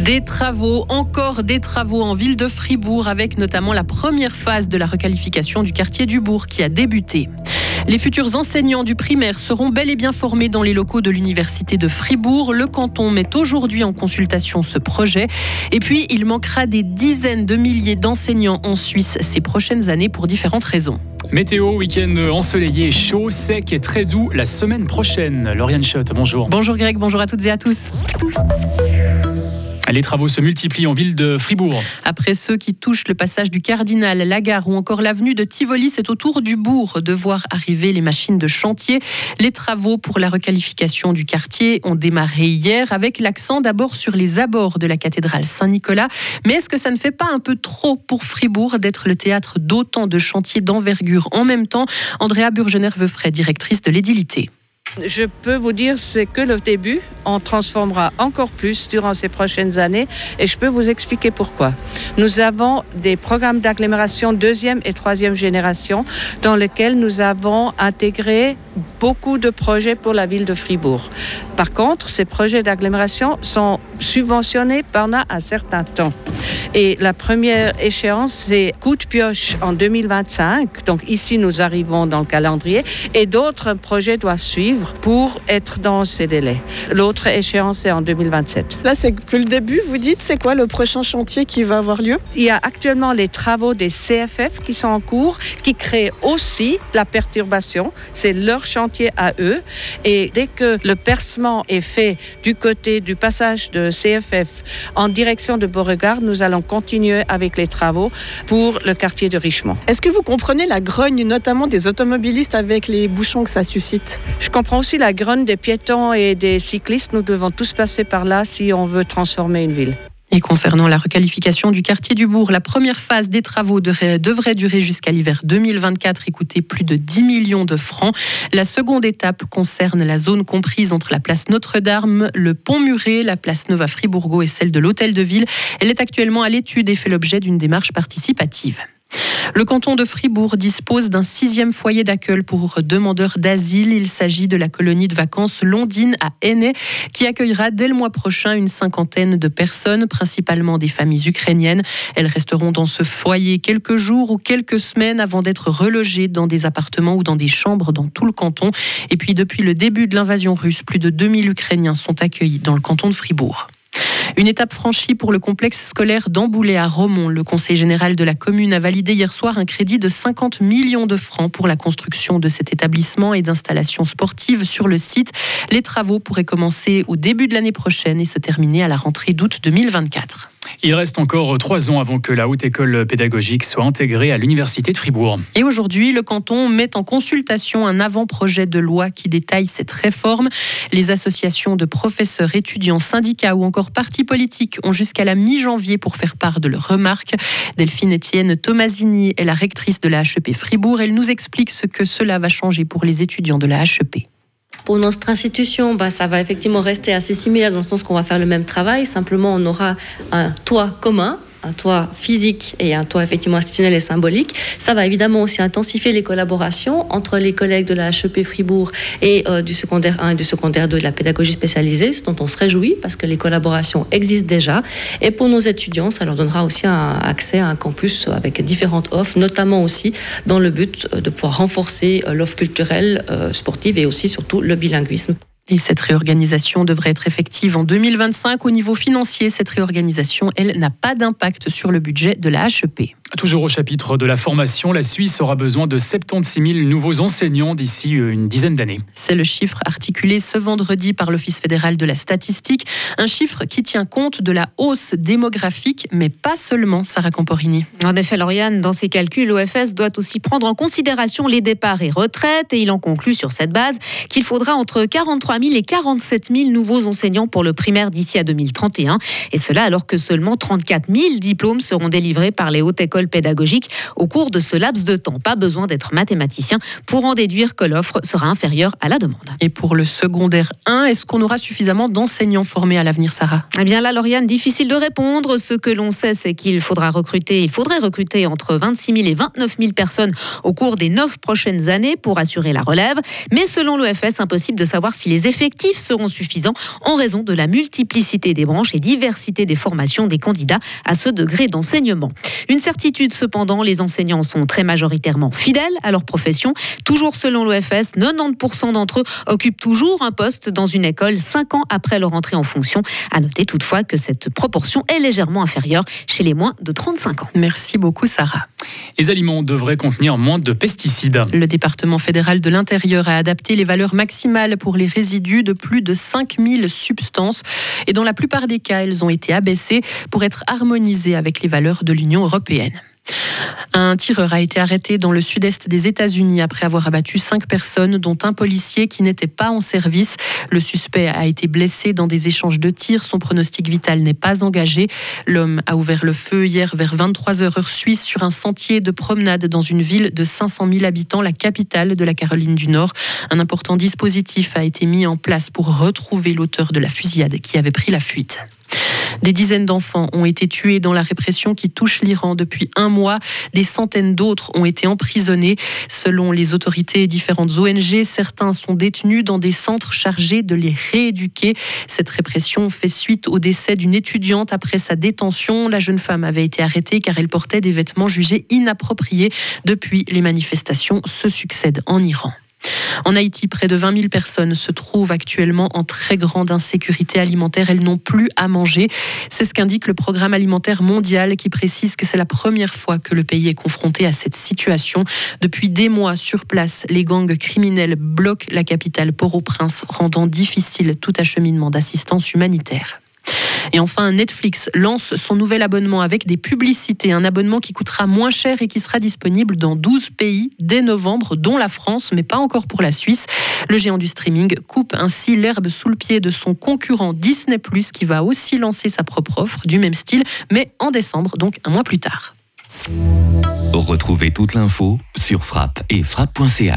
Des travaux, encore des travaux en ville de Fribourg, avec notamment la première phase de la requalification du quartier du Bourg qui a débuté. Les futurs enseignants du primaire seront bel et bien formés dans les locaux de l'université de Fribourg. Le canton met aujourd'hui en consultation ce projet. Et puis, il manquera des dizaines de milliers d'enseignants en Suisse ces prochaines années pour différentes raisons. Météo, week-end ensoleillé, chaud, sec et très doux la semaine prochaine. Lauriane Schott, bonjour. Bonjour Greg, bonjour à toutes et à tous. Les travaux se multiplient en ville de Fribourg. Après ceux qui touchent le passage du Cardinal, la gare ou encore l'avenue de Tivoli, c'est au tour du Bourg de voir arriver les machines de chantier. Les travaux pour la requalification du quartier ont démarré hier avec l'accent d'abord sur les abords de la cathédrale Saint-Nicolas. Mais est-ce que ça ne fait pas un peu trop pour Fribourg d'être le théâtre d'autant de chantiers d'envergure en même temps? Andrea Burgener-Veufray, directrice de l'édilité. Je peux vous dire, c'est que le début. On transformera encore plus durant ces prochaines années et je peux vous expliquer pourquoi. Nous avons des programmes d'agglomération deuxième et troisième génération dans lesquels nous avons intégré beaucoup de projets pour la ville de Fribourg. Par contre, ces projets d'agglomération sont subventionnés pendant un certain temps. Et la première échéance, c'est coup de pioche en 2025. Donc ici, nous arrivons dans le calendrier et d'autres projets doivent suivre pour être dans ces délais. L'autre échéance est en 2027. Là, c'est que le début, vous dites, c'est quoi le prochain chantier qui va avoir lieu? Il y a actuellement les travaux des CFF qui sont en cours, qui créent aussi la perturbation. C'est leur chantier à eux. Et dès que le percement est fait du côté du passage de CFF en direction de Beauregard, nous allons continuer avec les travaux pour le quartier de Richemont. Est-ce que vous comprenez la grogne, notamment des automobilistes avec les bouchons que ça suscite? Je comprends aussi la grogne des piétons et des cyclistes. Nous devons tous passer par là si on veut transformer une ville. Et concernant la requalification du quartier du Bourg, la première phase des travaux devrait durer jusqu'à l'hiver 2024 et coûter plus de 10 millions de francs. La seconde étape concerne la zone comprise entre la place Notre-Dame, le pont Muret, la place Nova-Fribourgo et celle de l'Hôtel de Ville. Elle est actuellement à l'étude et fait l'objet d'une démarche participative. Le canton de Fribourg dispose d'un 6e foyer d'accueil pour demandeurs d'asile. Il s'agit de la colonie de vacances Londine à Aînay qui accueillera dès le mois prochain une 50aine de personnes, principalement des familles ukrainiennes. Elles resteront dans ce foyer quelques jours ou quelques semaines avant d'être relogées dans des appartements ou dans des chambres dans tout le canton. Et puis depuis le début de l'invasion russe, plus de 2000 Ukrainiens sont accueillis dans le canton de Fribourg. Une étape franchie pour le complexe scolaire d'Amboulay à Romont. Le conseil général de la commune a validé hier soir un crédit de 50 millions de francs pour la construction de cet établissement et d'installations sportives sur le site. Les travaux pourraient commencer au début de l'année prochaine et se terminer à la rentrée d'août 2024. Il reste encore 3 ans avant que la haute école pédagogique soit intégrée à l'université de Fribourg. Et aujourd'hui, le canton met en consultation un avant-projet de loi qui détaille cette réforme. Les associations de professeurs, étudiants, syndicats ou encore partis politiques ont jusqu'à la mi-janvier pour faire part de leurs remarques. Delphine Etienne Tomasini est la rectrice de la HEP Fribourg. Elle nous explique ce que cela va changer pour les étudiants de la HEP. Pour notre institution, ça va effectivement rester assez similaire dans le sens qu'on va faire le même travail. Simplement, on aura un toit commun, un toit physique et un toit effectivement institutionnel et symbolique. Ça va évidemment aussi intensifier les collaborations entre les collègues de la HEP Fribourg et du secondaire 1 et du secondaire 2 de la pédagogie spécialisée, ce dont on se réjouit parce que les collaborations existent déjà. Et pour nos étudiants, ça leur donnera aussi accès à un campus avec différentes offres, notamment aussi dans le but de pouvoir renforcer l'offre culturelle, sportive et aussi surtout le bilinguisme. Et cette réorganisation devrait être effective en 2025. Au niveau financier, cette réorganisation, elle, n'a pas d'impact sur le budget de la HEP. Toujours au chapitre de la formation, la Suisse aura besoin de 76 000 nouveaux enseignants d'ici une dizaine d'années. C'est le chiffre articulé ce vendredi par l'Office fédéral de la statistique. Un chiffre qui tient compte de la hausse démographique, mais pas seulement, Sarah Camporini. En effet, Lauriane, dans ses calculs, l'OFS doit aussi prendre en considération les départs et retraites. Et il en conclut sur cette base qu'il faudra entre 43 000 et 47 000 nouveaux enseignants pour le primaire d'ici à 2031. Et cela alors que seulement 34 000 diplômes seront délivrés par les hautes écoles école pédagogique au cours de ce laps de temps. Pas besoin d'être mathématicien pour en déduire que l'offre sera inférieure à la demande. Et pour le secondaire 1, est-ce qu'on aura suffisamment d'enseignants formés à l'avenir, Sarah ? Eh bien là, Lauriane, difficile de répondre. Ce que l'on sait, c'est qu'il faudrait recruter entre 26 000 et 29 000 personnes au cours des 9 prochaines années pour assurer la relève. Mais selon l'OFS, impossible de savoir si les effectifs seront suffisants en raison de la multiplicité des branches et diversité des formations des candidats à ce degré d'enseignement. Une certitude cependant, les enseignants sont très majoritairement fidèles à leur profession. Toujours selon l'OFS, 90% d'entre eux occupent toujours un poste dans une école 5 ans après leur entrée en fonction. À noter toutefois que cette proportion est légèrement inférieure chez les moins de 35 ans. Merci beaucoup, Sarah. Les aliments devraient contenir moins de pesticides. Le département fédéral de l'Intérieur a adapté les valeurs maximales pour les résidus de plus de 5000 substances. Et dans la plupart des cas, elles ont été abaissées pour être harmonisées avec les valeurs de l'Union européenne. Un tireur a été arrêté dans le sud-est des États-Unis après avoir abattu 5 personnes, dont un policier qui n'était pas en service. Le suspect a été blessé dans des échanges de tirs. Son pronostic vital n'est pas engagé. L'homme a ouvert le feu hier vers 23h heure suisse sur un sentier de promenade dans une ville de 500 000 habitants, la capitale de la Caroline du Nord. Un important dispositif a été mis en place pour retrouver l'auteur de la fusillade qui avait pris la fuite. Des dizaines d'enfants ont été tués dans la répression qui touche l'Iran depuis 1 mois. Des centaines d'autres ont été emprisonnés. Selon les autorités et différentes ONG, certains sont détenus dans des centres chargés de les rééduquer. Cette répression fait suite au décès d'une étudiante après sa détention. La jeune femme avait été arrêtée car elle portait des vêtements jugés inappropriés. Depuis, les manifestations se succèdent en Iran. En Haïti, près de 20 000 personnes se trouvent actuellement en très grande insécurité alimentaire. Elles n'ont plus à manger. C'est ce qu'indique le Programme alimentaire mondial qui précise que c'est la première fois que le pays est confronté à cette situation. Depuis des mois, sur place, les gangs criminels bloquent la capitale Port-au-Prince, rendant difficile tout acheminement d'assistance humanitaire. Et enfin, Netflix lance son nouvel abonnement avec des publicités. Un abonnement qui coûtera moins cher et qui sera disponible dans 12 pays dès novembre, dont la France, mais pas encore pour la Suisse. Le géant du streaming coupe ainsi l'herbe sous le pied de son concurrent Disney+, qui va aussi lancer sa propre offre du même style, mais en décembre, donc 1 mois plus tard. Retrouvez toute l'info sur frappe et frappe.ch.